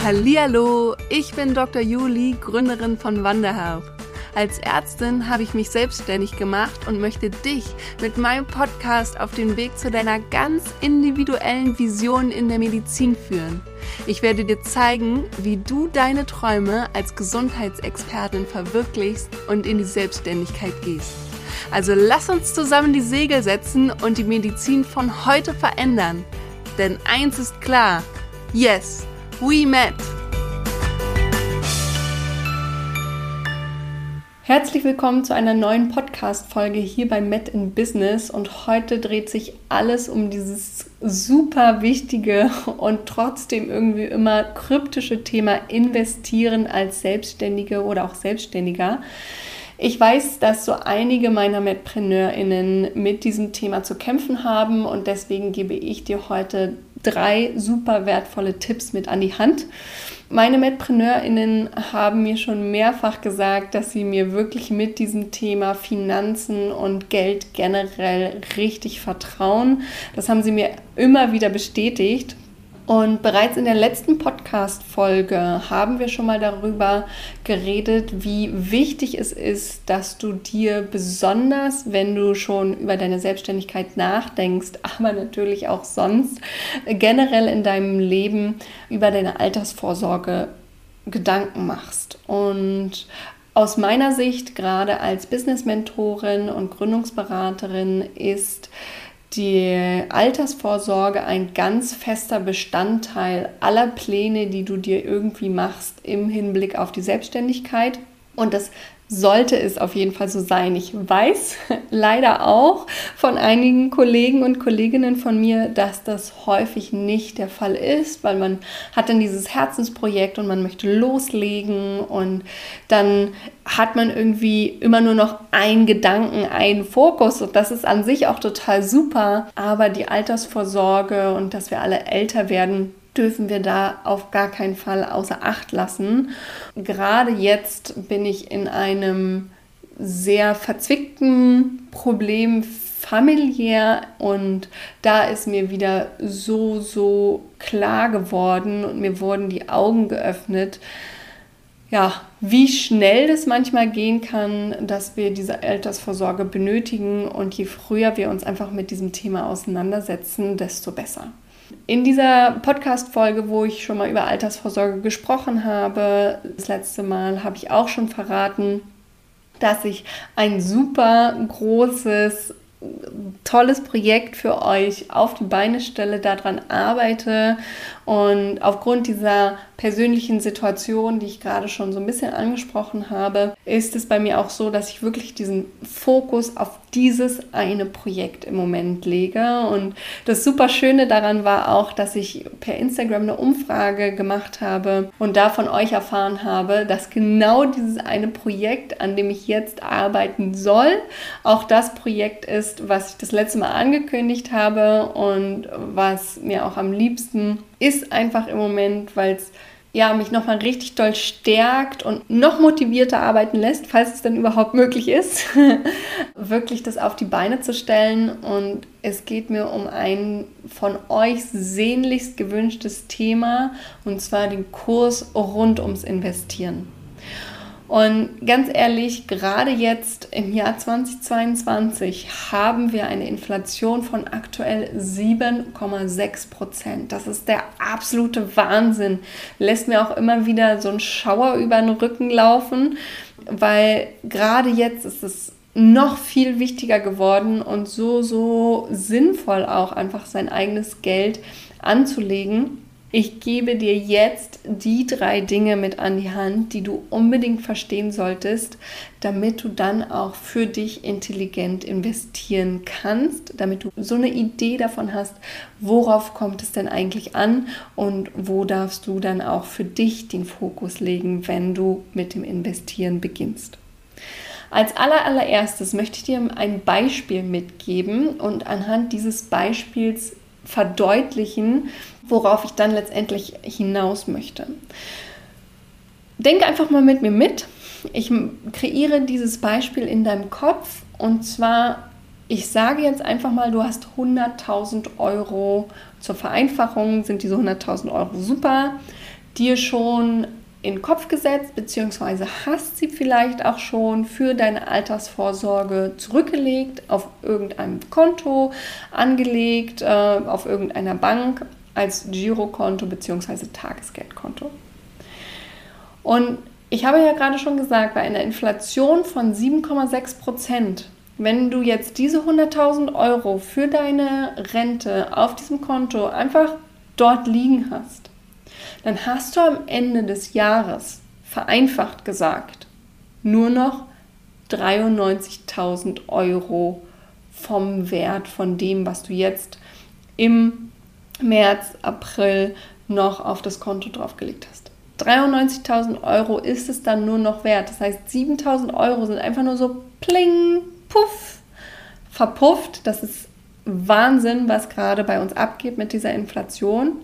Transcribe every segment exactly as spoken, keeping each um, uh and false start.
Hallihallo, ich bin Doktor Juli, Gründerin von Wanderhealth. Als Ärztin habe ich mich selbstständig gemacht und möchte dich mit meinem Podcast auf den Weg zu deiner ganz individuellen Vision in der Medizin führen. Ich werde dir zeigen, wie du deine Träume als Gesundheitsexpertin verwirklichst und in die Selbstständigkeit gehst. Also lass uns zusammen die Segel setzen und die Medizin von heute verändern. Denn eins ist klar, yes, we met! Herzlich willkommen zu einer neuen Podcast-Folge hier bei Met in Business und heute dreht sich alles um dieses super wichtige und trotzdem irgendwie immer kryptische Thema Investieren als Selbstständige oder auch Selbstständiger. Ich weiß, dass so einige meiner MedpreneurInnen mit diesem Thema zu kämpfen haben und deswegen gebe ich dir heute drei super wertvolle Tipps mit an die Hand. Meine MedpreneurInnen haben mir schon mehrfach gesagt, dass sie mir wirklich mit diesem Thema Finanzen und Geld generell richtig vertrauen. Das haben sie mir immer wieder bestätigt. Und bereits in der letzten Podcast-Folge haben wir schon mal darüber geredet, wie wichtig es ist, dass du dir besonders, wenn du schon über deine Selbstständigkeit nachdenkst, aber natürlich auch sonst, generell in deinem Leben über deine Altersvorsorge Gedanken machst. Und aus meiner Sicht, gerade als Business-Mentorin und Gründungsberaterin, ist die Altersvorsorge ein ganz fester Bestandteil aller Pläne, die du dir irgendwie machst im Hinblick auf die Selbstständigkeit. Und das sollte es auf jeden Fall so sein. Ich weiß leider auch von einigen Kollegen und Kolleginnen von mir, dass das häufig nicht der Fall ist, weil man hat dann dieses Herzensprojekt und man möchte loslegen und dann hat man irgendwie immer nur noch einen Gedanken, einen Fokus und das ist an sich auch total super, aber die Altersvorsorge und dass wir alle älter werden, dürfen wir da auf gar keinen Fall außer Acht lassen. Gerade jetzt bin ich in einem sehr verzwickten Problem familiär und da ist mir wieder so, so klar geworden und mir wurden die Augen geöffnet, ja, wie schnell das manchmal gehen kann, dass wir diese Altersvorsorge benötigen und je früher wir uns einfach mit diesem Thema auseinandersetzen, desto besser. In dieser Podcast-Folge, wo ich schon mal über Altersvorsorge gesprochen habe, das letzte Mal habe ich auch schon verraten, dass ich ein super großes, tolles Projekt für euch auf die Beine stelle, daran arbeite und aufgrund dieser persönlichen Situation, die ich gerade schon so ein bisschen angesprochen habe, ist es bei mir auch so, dass ich wirklich diesen Fokus auf dieses eine Projekt im Moment lege und das super Schöne daran war auch, dass ich per Instagram eine Umfrage gemacht habe und da von euch erfahren habe, dass genau dieses eine Projekt, an dem ich jetzt arbeiten soll, auch das Projekt ist, was ich das letzte Mal angekündigt habe und was mir auch am liebsten ist einfach im Moment, weil es ja, mich nochmal richtig doll stärkt und noch motivierter arbeiten lässt, falls es dann überhaupt möglich ist, wirklich das auf die Beine zu stellen. Und es geht mir um ein von euch sehnlichst gewünschtes Thema, und zwar den Kurs rund ums Investieren. Und ganz ehrlich, gerade jetzt im Jahr zweitausendzweiundzwanzig haben wir eine Inflation von aktuell sieben Komma sechs Prozent. Das ist der absolute Wahnsinn. Lässt mir auch immer wieder so ein Schauer über den Rücken laufen, weil gerade jetzt ist es noch viel wichtiger geworden und so, so sinnvoll auch einfach sein eigenes Geld anzulegen. Ich gebe dir jetzt die drei Dinge mit an die Hand, die du unbedingt verstehen solltest, damit du dann auch für dich intelligent investieren kannst, damit du so eine Idee davon hast, worauf kommt es denn eigentlich an und wo darfst du dann auch für dich den Fokus legen, wenn du mit dem Investieren beginnst. Als aller, allererstes möchte ich dir ein Beispiel mitgeben und anhand dieses Beispiels verdeutlichen, worauf ich dann letztendlich hinaus möchte. Denke einfach mal mit mir mit. Ich kreiere dieses Beispiel in deinem Kopf und zwar, ich sage jetzt einfach mal, du hast hunderttausend Euro. Zur Vereinfachung sind diese hunderttausend Euro super. dir schon in den Kopf gesetzt, beziehungsweise hast sie vielleicht auch schon für deine Altersvorsorge zurückgelegt, auf irgendeinem Konto angelegt, äh, auf irgendeiner Bank als Girokonto beziehungsweise Tagesgeldkonto. Und ich habe ja gerade schon gesagt, bei einer Inflation von sieben Komma sechs Prozent, wenn du jetzt diese hunderttausend Euro für deine Rente auf diesem Konto einfach dort liegen hast, dann hast du am Ende des Jahres, vereinfacht gesagt, nur noch dreiundneunzigtausend Euro vom Wert von dem, was du jetzt im März, April noch auf das Konto draufgelegt hast. dreiundneunzigtausend Euro ist es dann nur noch wert. Das heißt, siebentausend Euro sind einfach nur so pling, puff, verpufft. Das ist Wahnsinn, was gerade bei uns abgeht mit dieser Inflation.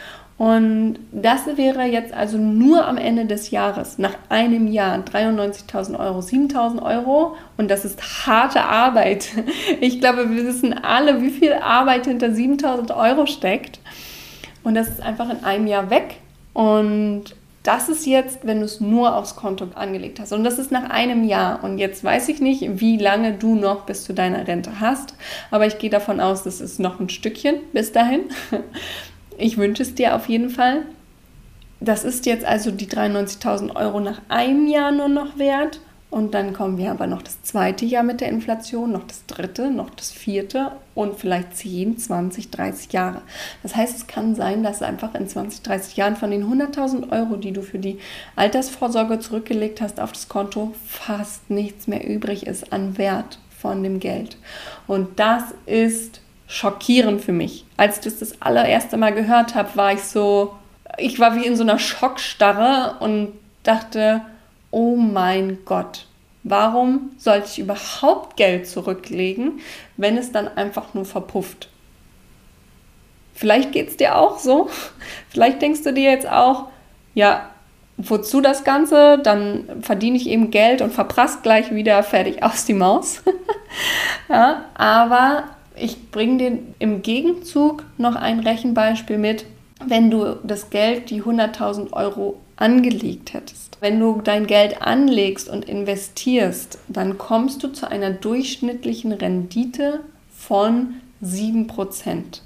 Und das wäre jetzt also nur am Ende des Jahres, nach einem Jahr, dreiundneunzigtausend Euro, siebentausend Euro. Und das ist harte Arbeit. Ich glaube, wir wissen alle, wie viel Arbeit hinter siebentausend Euro steckt. Und das ist einfach in einem Jahr weg. Und das ist jetzt, wenn du es nur aufs Konto angelegt hast. Und das ist nach einem Jahr. Und jetzt weiß ich nicht, wie lange du noch bis zu deiner Rente hast. Aber ich gehe davon aus, das ist noch ein Stückchen bis dahin. Ich wünsche es dir auf jeden Fall. Das ist jetzt also die dreiundneunzigtausend Euro nach einem Jahr nur noch wert. Und dann kommen wir aber noch das zweite Jahr mit der Inflation, noch das dritte, noch das vierte und vielleicht zehn, zwanzig, dreißig Jahre. Das heißt, es kann sein, dass einfach in zwanzig, dreißig Jahren von den hunderttausend Euro, die du für die Altersvorsorge zurückgelegt hast auf das Konto, fast nichts mehr übrig ist an Wert von dem Geld. Und das ist schockierend für mich. Als ich das das allererste Mal gehört habe, war ich so, ich war wie in so einer Schockstarre und dachte, oh mein Gott, warum sollte ich überhaupt Geld zurücklegen, wenn es dann einfach nur verpufft? Vielleicht geht es dir auch so. Vielleicht denkst du dir jetzt auch, ja, wozu das Ganze? Dann verdiene ich eben Geld und verprass gleich wieder, fertig, aus die Maus. Ja, aber ich bringe dir im Gegenzug noch ein Rechenbeispiel mit, wenn du das Geld, die hunderttausend Euro angelegt hättest. Wenn du dein Geld anlegst und investierst, dann kommst du zu einer durchschnittlichen Rendite von sieben Prozent.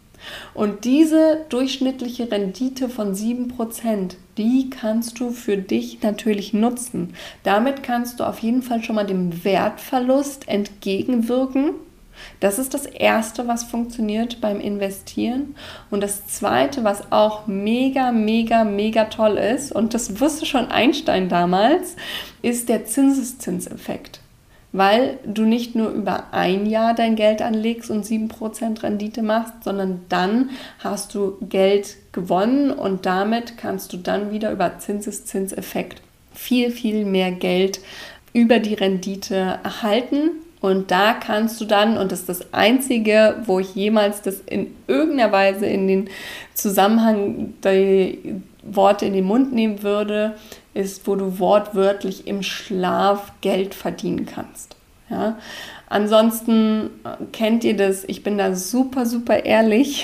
Und diese durchschnittliche Rendite von sieben Prozent, die kannst du für dich natürlich nutzen. Damit kannst du auf jeden Fall schon mal dem Wertverlust entgegenwirken. Das ist das Erste, was funktioniert beim Investieren. Und das Zweite, was auch mega, mega, mega toll ist, und das wusste schon Einstein damals, ist der Zinseszinseffekt. Weil du nicht nur über ein Jahr dein Geld anlegst und sieben Prozent Rendite machst, sondern dann hast du Geld gewonnen und damit kannst du dann wieder über Zinseszinseffekt viel, viel mehr Geld über die Rendite erhalten. Und da kannst du dann, und das ist das Einzige, wo ich jemals das in irgendeiner Weise in den Zusammenhang die Worte in den Mund nehmen würde, ist, wo du wortwörtlich im Schlaf Geld verdienen kannst. Ja? Ansonsten kennt ihr das, ich bin da super, super ehrlich.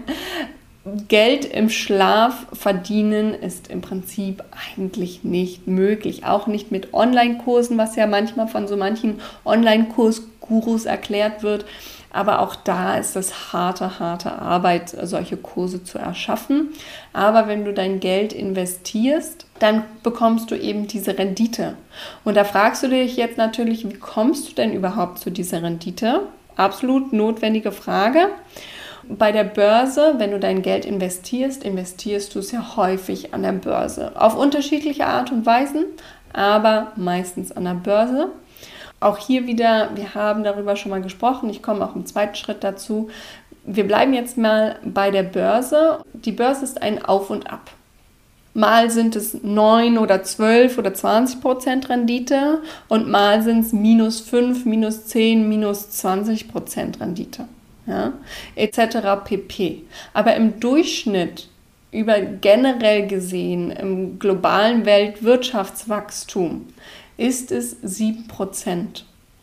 Geld im Schlaf verdienen ist im Prinzip eigentlich nicht möglich. Auch nicht mit Online-Kursen, was ja manchmal von so manchen Online-Kurs-Gurus erklärt wird. Aber auch da ist es harte, harte Arbeit, solche Kurse zu erschaffen. Aber wenn du dein Geld investierst, dann bekommst du eben diese Rendite. Und da fragst du dich jetzt natürlich, wie kommst du denn überhaupt zu dieser Rendite? Absolut notwendige Frage. Bei der Börse, wenn du dein Geld investierst, investierst du es ja häufig an der Börse. Auf unterschiedliche Art und Weisen, aber meistens an der Börse. Auch hier wieder, wir haben darüber schon mal gesprochen, ich komme auch im zweiten Schritt dazu. Wir bleiben jetzt mal bei der Börse. Die Börse ist ein Auf und Ab. Mal sind es neun oder zwölf oder zwanzig Prozent Rendite und mal sind es minus fünf, minus zehn, minus zwanzig Prozent Rendite. Ja, et cetera pp. Aber im Durchschnitt, über generell gesehen, im globalen Weltwirtschaftswachstum, ist es sieben Prozent.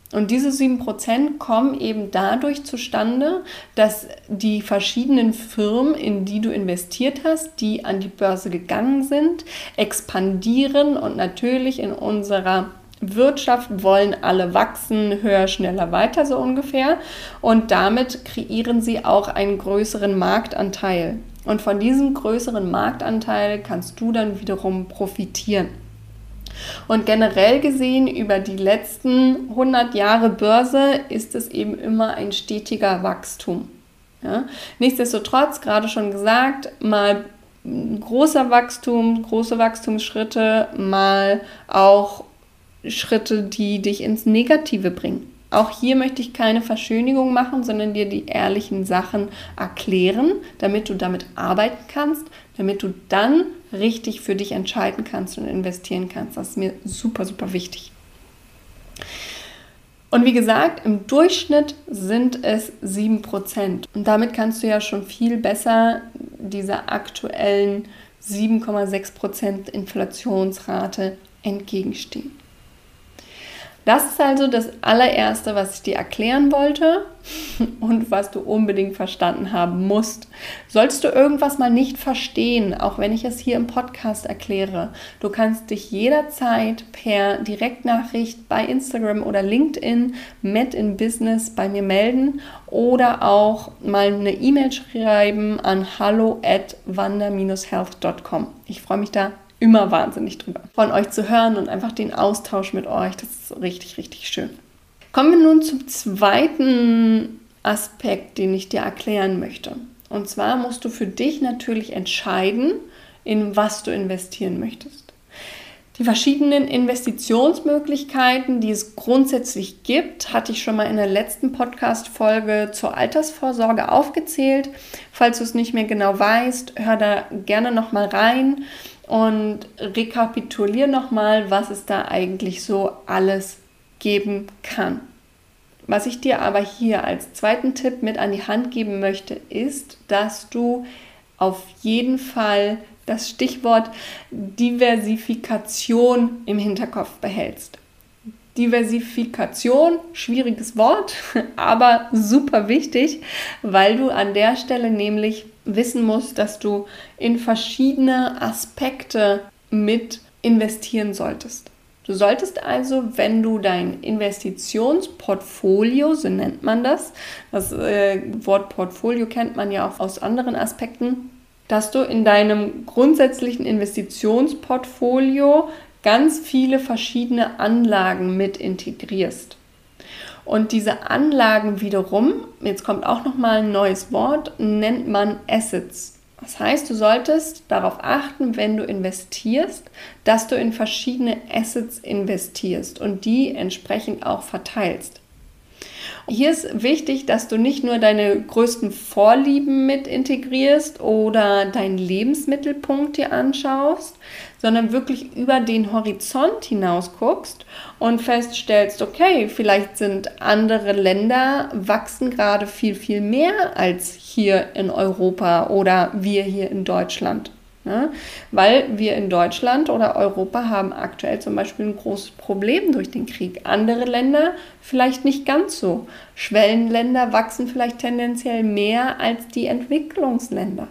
Und diese sieben Prozent kommen eben dadurch zustande, dass die verschiedenen Firmen, in die du investiert hast, die an die Börse gegangen sind, expandieren und natürlich in unserer Wirtschaft wollen alle wachsen, höher, schneller, weiter so ungefähr. Und damit kreieren sie auch einen größeren Marktanteil. Und von diesem größeren Marktanteil kannst du dann wiederum profitieren. Und generell gesehen, über die letzten hundert Jahre Börse ist es eben immer ein stetiger Wachstum. Ja? Nichtsdestotrotz, gerade schon gesagt, mal großer Wachstum, große Wachstumsschritte, mal auch Schritte, die dich ins Negative bringen. Auch hier möchte ich keine Verschönigung machen, sondern dir die ehrlichen Sachen erklären, damit du damit arbeiten kannst, damit du dann richtig für dich entscheiden kannst und investieren kannst. Das ist mir super, super wichtig. Und wie gesagt, im Durchschnitt sind es sieben Prozent. Und damit kannst du ja schon viel besser dieser aktuellen sieben Komma sechs Prozent Inflationsrate entgegenstehen. Das ist also das allererste, was ich dir erklären wollte und was du unbedingt verstanden haben musst. Sollst du irgendwas mal nicht verstehen, auch wenn ich es hier im Podcast erkläre, du kannst dich jederzeit per Direktnachricht bei Instagram oder LinkedIn Met in Business bei mir melden oder auch mal eine E-Mail schreiben an hallo at wander dash health dot com. Ich freue mich da immer wahnsinnig drüber, von euch zu hören und einfach den Austausch mit euch. Das ist richtig, richtig schön. Kommen wir nun zum zweiten Aspekt, den ich dir erklären möchte. Und zwar musst du für dich natürlich entscheiden, in was du investieren möchtest. Die verschiedenen Investitionsmöglichkeiten, die es grundsätzlich gibt, hatte ich schon mal in der letzten Podcast-Folge zur Altersvorsorge aufgezählt. Falls du es nicht mehr genau weißt, hör da gerne nochmal rein und rekapituliere nochmal, was es da eigentlich so alles geben kann. Was ich dir aber hier als zweiten Tipp mit an die Hand geben möchte, ist, dass du auf jeden Fall das Stichwort Diversifikation im Hinterkopf behältst. Diversifikation, schwieriges Wort, aber super wichtig, weil du an der Stelle nämlich wissen musst, dass du in verschiedene Aspekte mit investieren solltest. Du solltest also, wenn du dein Investitionsportfolio, so nennt man das, das äh, Wort Portfolio kennt man ja auch aus anderen Aspekten, dass du in deinem grundsätzlichen Investitionsportfolio ganz viele verschiedene Anlagen mit integrierst. Und diese Anlagen wiederum, jetzt kommt auch nochmal ein neues Wort, nennt man Assets. Das heißt, du solltest darauf achten, wenn du investierst, dass du in verschiedene Assets investierst und die entsprechend auch verteilst. Hier ist wichtig, dass du nicht nur deine größten Vorlieben mit integrierst oder deinen Lebensmittelpunkt dir anschaust, sondern wirklich über den Horizont hinaus guckst und feststellst, okay, vielleicht sind andere Länder, wachsen gerade viel, viel mehr als hier in Europa oder wir hier in Deutschland. Ja, weil wir in Deutschland oder Europa haben aktuell zum Beispiel ein großes Problem durch den Krieg. Andere Länder vielleicht nicht ganz so. Schwellenländer wachsen vielleicht tendenziell mehr als die Entwicklungsländer.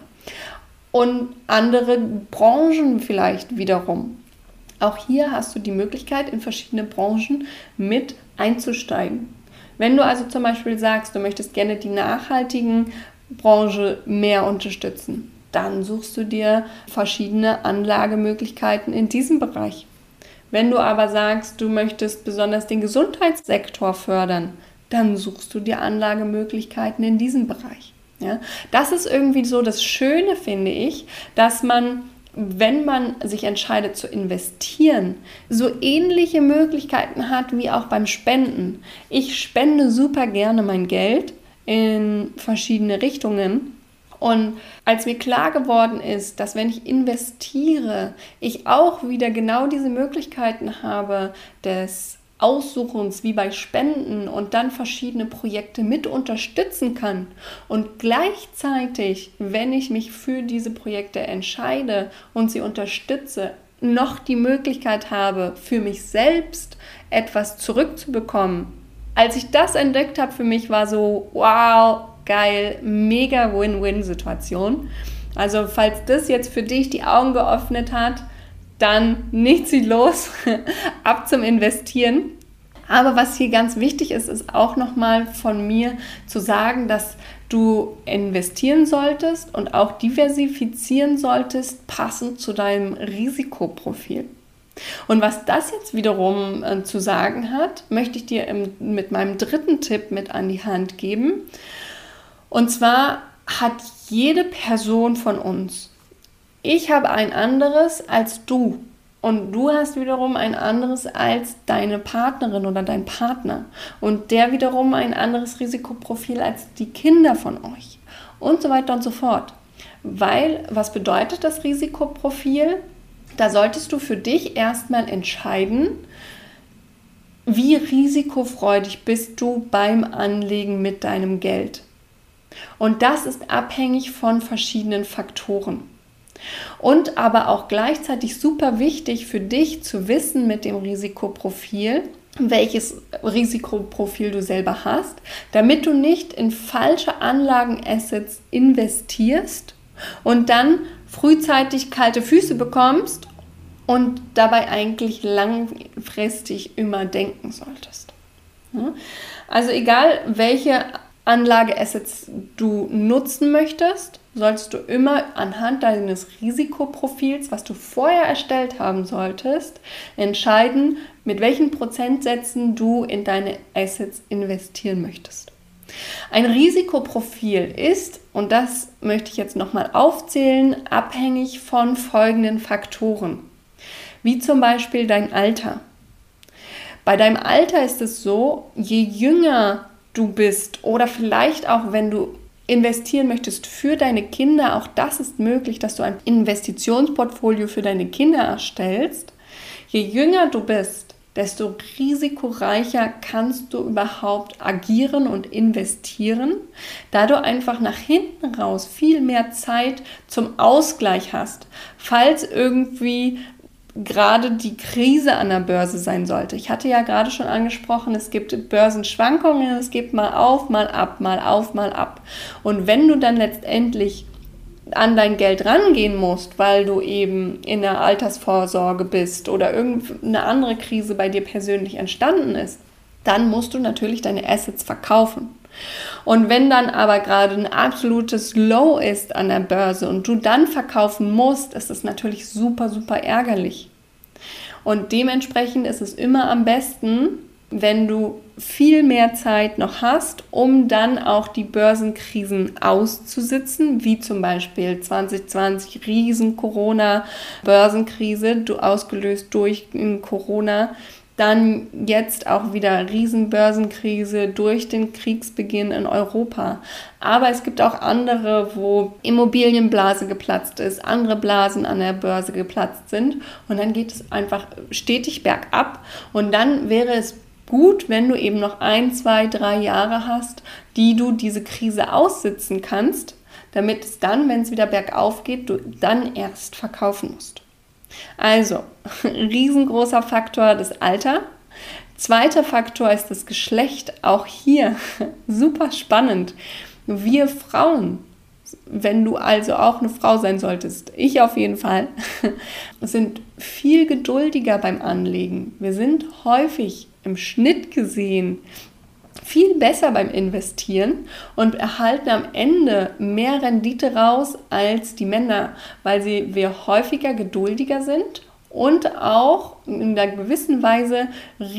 Und andere Branchen vielleicht wiederum. Auch hier hast du die Möglichkeit, in verschiedene Branchen mit einzusteigen. Wenn du also zum Beispiel sagst, du möchtest gerne die nachhaltigen Branche mehr unterstützen, dann suchst du dir verschiedene Anlagemöglichkeiten in diesem Bereich. Wenn du aber sagst, du möchtest besonders den Gesundheitssektor fördern, dann suchst du dir Anlagemöglichkeiten in diesem Bereich. Ja? Das ist irgendwie so das Schöne, finde ich, dass man, wenn man sich entscheidet zu investieren, so ähnliche Möglichkeiten hat wie auch beim Spenden. Ich spende super gerne mein Geld in verschiedene Richtungen. Und als mir klar geworden ist, dass wenn ich investiere, ich auch wieder genau diese Möglichkeiten habe des Aussuchens wie bei Spenden und dann verschiedene Projekte mit unterstützen kann und gleichzeitig, wenn ich mich für diese Projekte entscheide und sie unterstütze, noch die Möglichkeit habe, für mich selbst etwas zurückzubekommen, als ich das entdeckt habe, für mich war so, wow, geil, mega Win-Win-Situation. Also falls das jetzt für dich die Augen geöffnet hat, dann nichts wie los, ab zum Investieren. Aber was hier ganz wichtig ist, ist auch nochmal von mir zu sagen, dass du investieren solltest und auch diversifizieren solltest, passend zu deinem Risikoprofil. Und was das jetzt wiederum äh, zu sagen hat, möchte ich dir im, mit meinem dritten Tipp mit an die Hand geben. Und zwar hat jede Person von uns, ich habe ein anderes als du. Und du hast wiederum ein anderes als deine Partnerin oder dein Partner. Und der wiederum ein anderes Risikoprofil als die Kinder von euch. Und so weiter und so fort. Weil, was bedeutet das Risikoprofil? Da solltest du für dich erstmal entscheiden, wie risikofreudig bist du beim Anlegen mit deinem Geld. Und das ist abhängig von verschiedenen Faktoren. Und aber auch gleichzeitig super wichtig für dich zu wissen mit dem Risikoprofil, welches Risikoprofil du selber hast, damit du nicht in falsche Anlagenassets investierst und dann frühzeitig kalte Füße bekommst und dabei eigentlich langfristig immer denken solltest. Also egal, welche Anlageassets du nutzen möchtest, solltest du immer anhand deines Risikoprofils, was du vorher erstellt haben solltest, entscheiden, mit welchen Prozentsätzen du in deine Assets investieren möchtest. Ein Risikoprofil ist, und das möchte ich jetzt nochmal aufzählen, abhängig von folgenden Faktoren, wie zum Beispiel dein Alter. Bei deinem Alter ist es so, je jünger du bist oder vielleicht auch, wenn du investieren möchtest für deine Kinder, auch das ist möglich, dass du ein Investitionsportfolio für deine Kinder erstellst. Je jünger du bist, desto risikoreicher kannst du überhaupt agieren und investieren, da du einfach nach hinten raus viel mehr Zeit zum Ausgleich hast, falls irgendwie gerade die Krise an der Börse sein sollte. Ich hatte ja gerade schon angesprochen, es gibt Börsenschwankungen, es gibt mal auf, mal ab, mal auf, mal ab. Und wenn du dann letztendlich an dein Geld rangehen musst, weil du eben in der Altersvorsorge bist oder irgendeine andere Krise bei dir persönlich entstanden ist, dann musst du natürlich deine Assets verkaufen. Und wenn dann aber gerade ein absolutes Low ist an der Börse und du dann verkaufen musst, ist es natürlich super, super ärgerlich. Und dementsprechend ist es immer am besten, wenn du viel mehr Zeit noch hast, um dann auch die Börsenkrisen auszusitzen, wie zum Beispiel zwanzig zwanzig riesen Corona-Börsenkrise, du ausgelöst durch Corona. Dann jetzt auch wieder Riesenbörsenkrise durch den Kriegsbeginn in Europa. Aber es gibt auch andere, wo Immobilienblase geplatzt ist, andere Blasen an der Börse geplatzt sind. Und dann geht es einfach stetig bergab. Und dann wäre es gut, wenn du eben noch ein, zwei, drei Jahre hast, die du diese Krise aussitzen kannst, damit es dann, wenn es wieder bergauf geht, du dann erst verkaufen musst. Also, riesengroßer Faktor das Alter. Zweiter Faktor ist das Geschlecht. Auch hier super spannend. Wir Frauen, wenn du also auch eine Frau sein solltest, ich auf jeden Fall, sind viel geduldiger beim Anlegen. Wir sind häufig im Schnitt gesehen viel besser beim Investieren und erhalten am Ende mehr Rendite raus als die Männer, weil sie, wir häufiger geduldiger sind und auch in einer gewissen Weise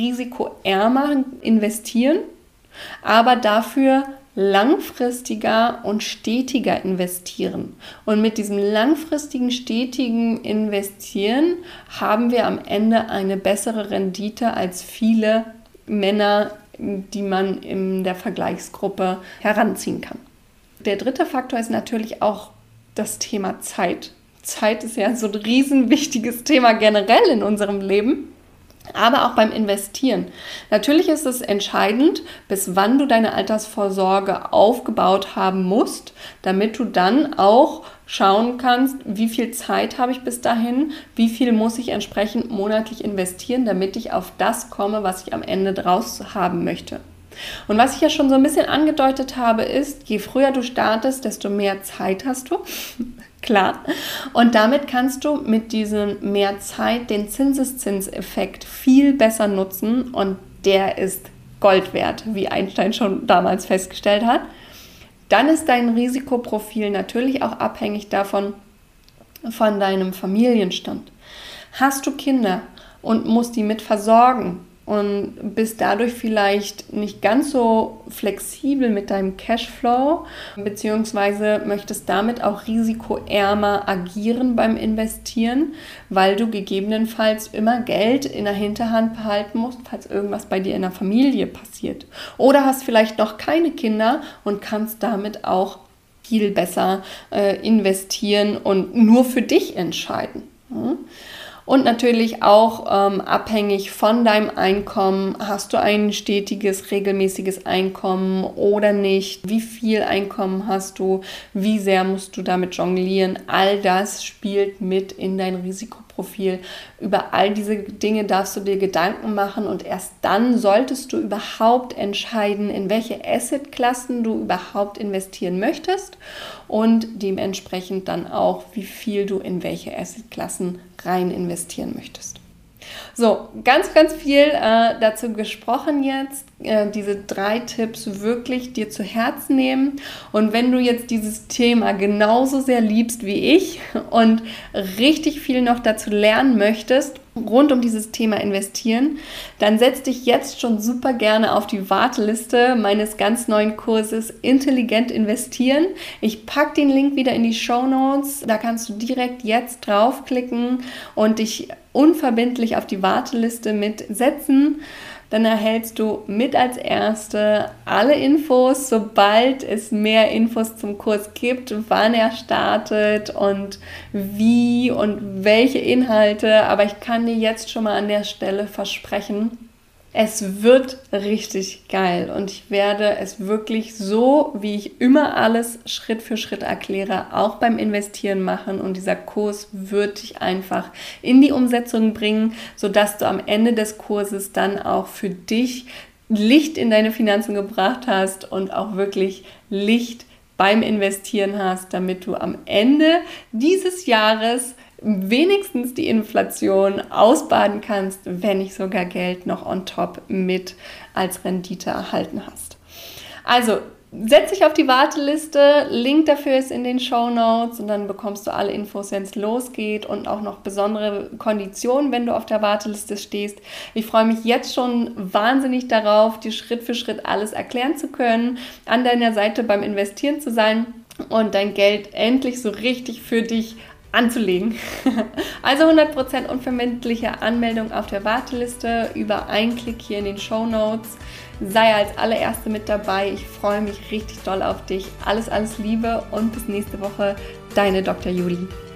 risikoärmer investieren, aber dafür langfristiger und stetiger investieren. Und mit diesem langfristigen, stetigen Investieren haben wir am Ende eine bessere Rendite als viele Männer, die man in der Vergleichsgruppe heranziehen kann. Der dritte Faktor ist natürlich auch das Thema Zeit. Zeit ist ja so ein riesenwichtiges Thema generell in unserem Leben, aber auch beim Investieren. Natürlich ist es entscheidend, bis wann du deine Altersvorsorge aufgebaut haben musst, damit du dann auch schauen kannst, wie viel Zeit habe ich bis dahin, wie viel muss ich entsprechend monatlich investieren, damit ich auf das komme, was ich am Ende draus haben möchte. Und was ich ja schon so ein bisschen angedeutet habe, ist, je früher du startest, desto mehr Zeit hast du. Klar. Und damit kannst du mit diesem mehr Zeit den Zinseszinseffekt viel besser nutzen und der ist Gold wert, wie Einstein schon damals festgestellt hat. Dann ist dein Risikoprofil natürlich auch abhängig davon, von deinem Familienstand. Hast du Kinder und musst die mit versorgen und bist dadurch vielleicht nicht ganz so flexibel mit deinem Cashflow, beziehungsweise möchtest damit auch risikoärmer agieren beim Investieren, weil du gegebenenfalls immer Geld in der Hinterhand behalten musst, falls irgendwas bei dir in der Familie passiert. Oder hast vielleicht noch keine Kinder und kannst damit auch viel besser äh, investieren und nur für dich entscheiden. Hm? Und natürlich auch ähm, abhängig von deinem Einkommen, hast du ein stetiges, regelmäßiges Einkommen oder nicht, wie viel Einkommen hast du, wie sehr musst du damit jonglieren, all das spielt mit in dein Risikoprofil. Über all diese Dinge darfst du dir Gedanken machen und erst dann solltest du überhaupt entscheiden, in welche Assetklassen du überhaupt investieren möchtest und dementsprechend dann auch, wie viel du in welche Assetklassen rein investieren möchtest. So, ganz, ganz viel äh, dazu gesprochen jetzt, äh, diese drei Tipps wirklich dir zu Herzen nehmen. Und wenn du jetzt dieses Thema genauso sehr liebst wie ich und richtig viel noch dazu lernen möchtest, rund um dieses Thema investieren, dann setz dich jetzt schon super gerne auf die Warteliste meines ganz neuen Kurses Intelligent investieren. Ich packe den Link wieder in die Shownotes, da kannst du direkt jetzt draufklicken und dich unverbindlich auf die Warteliste mitsetzen. Dann erhältst du mit als Erste alle Infos, sobald es mehr Infos zum Kurs gibt, wann er startet und wie und welche Inhalte. Aber ich kann dir jetzt schon mal an der Stelle versprechen, es wird richtig geil und ich werde es wirklich so, wie ich immer alles Schritt für Schritt erkläre, auch beim Investieren machen und dieser Kurs wird dich einfach in die Umsetzung bringen, sodass du am Ende des Kurses dann auch für dich Licht in deine Finanzen gebracht hast und auch wirklich Licht beim Investieren hast, damit du am Ende dieses Jahres wenigstens die Inflation ausbaden kannst, wenn nicht sogar Geld noch on top mit als Rendite erhalten hast. Also setz dich auf die Warteliste, Link dafür ist in den Shownotes und dann bekommst du alle Infos, wenn es losgeht und auch noch besondere Konditionen, wenn du auf der Warteliste stehst. Ich freue mich jetzt schon wahnsinnig darauf, dir Schritt für Schritt alles erklären zu können, an deiner Seite beim Investieren zu sein und dein Geld endlich so richtig für dich anzulegen. Also hundert Prozent unverbindliche Anmeldung auf der Warteliste über einen Klick hier in den Shownotes. Sei als allererste mit dabei. Ich freue mich richtig doll auf dich. Alles, alles Liebe und bis nächste Woche. Deine Doktor Juli.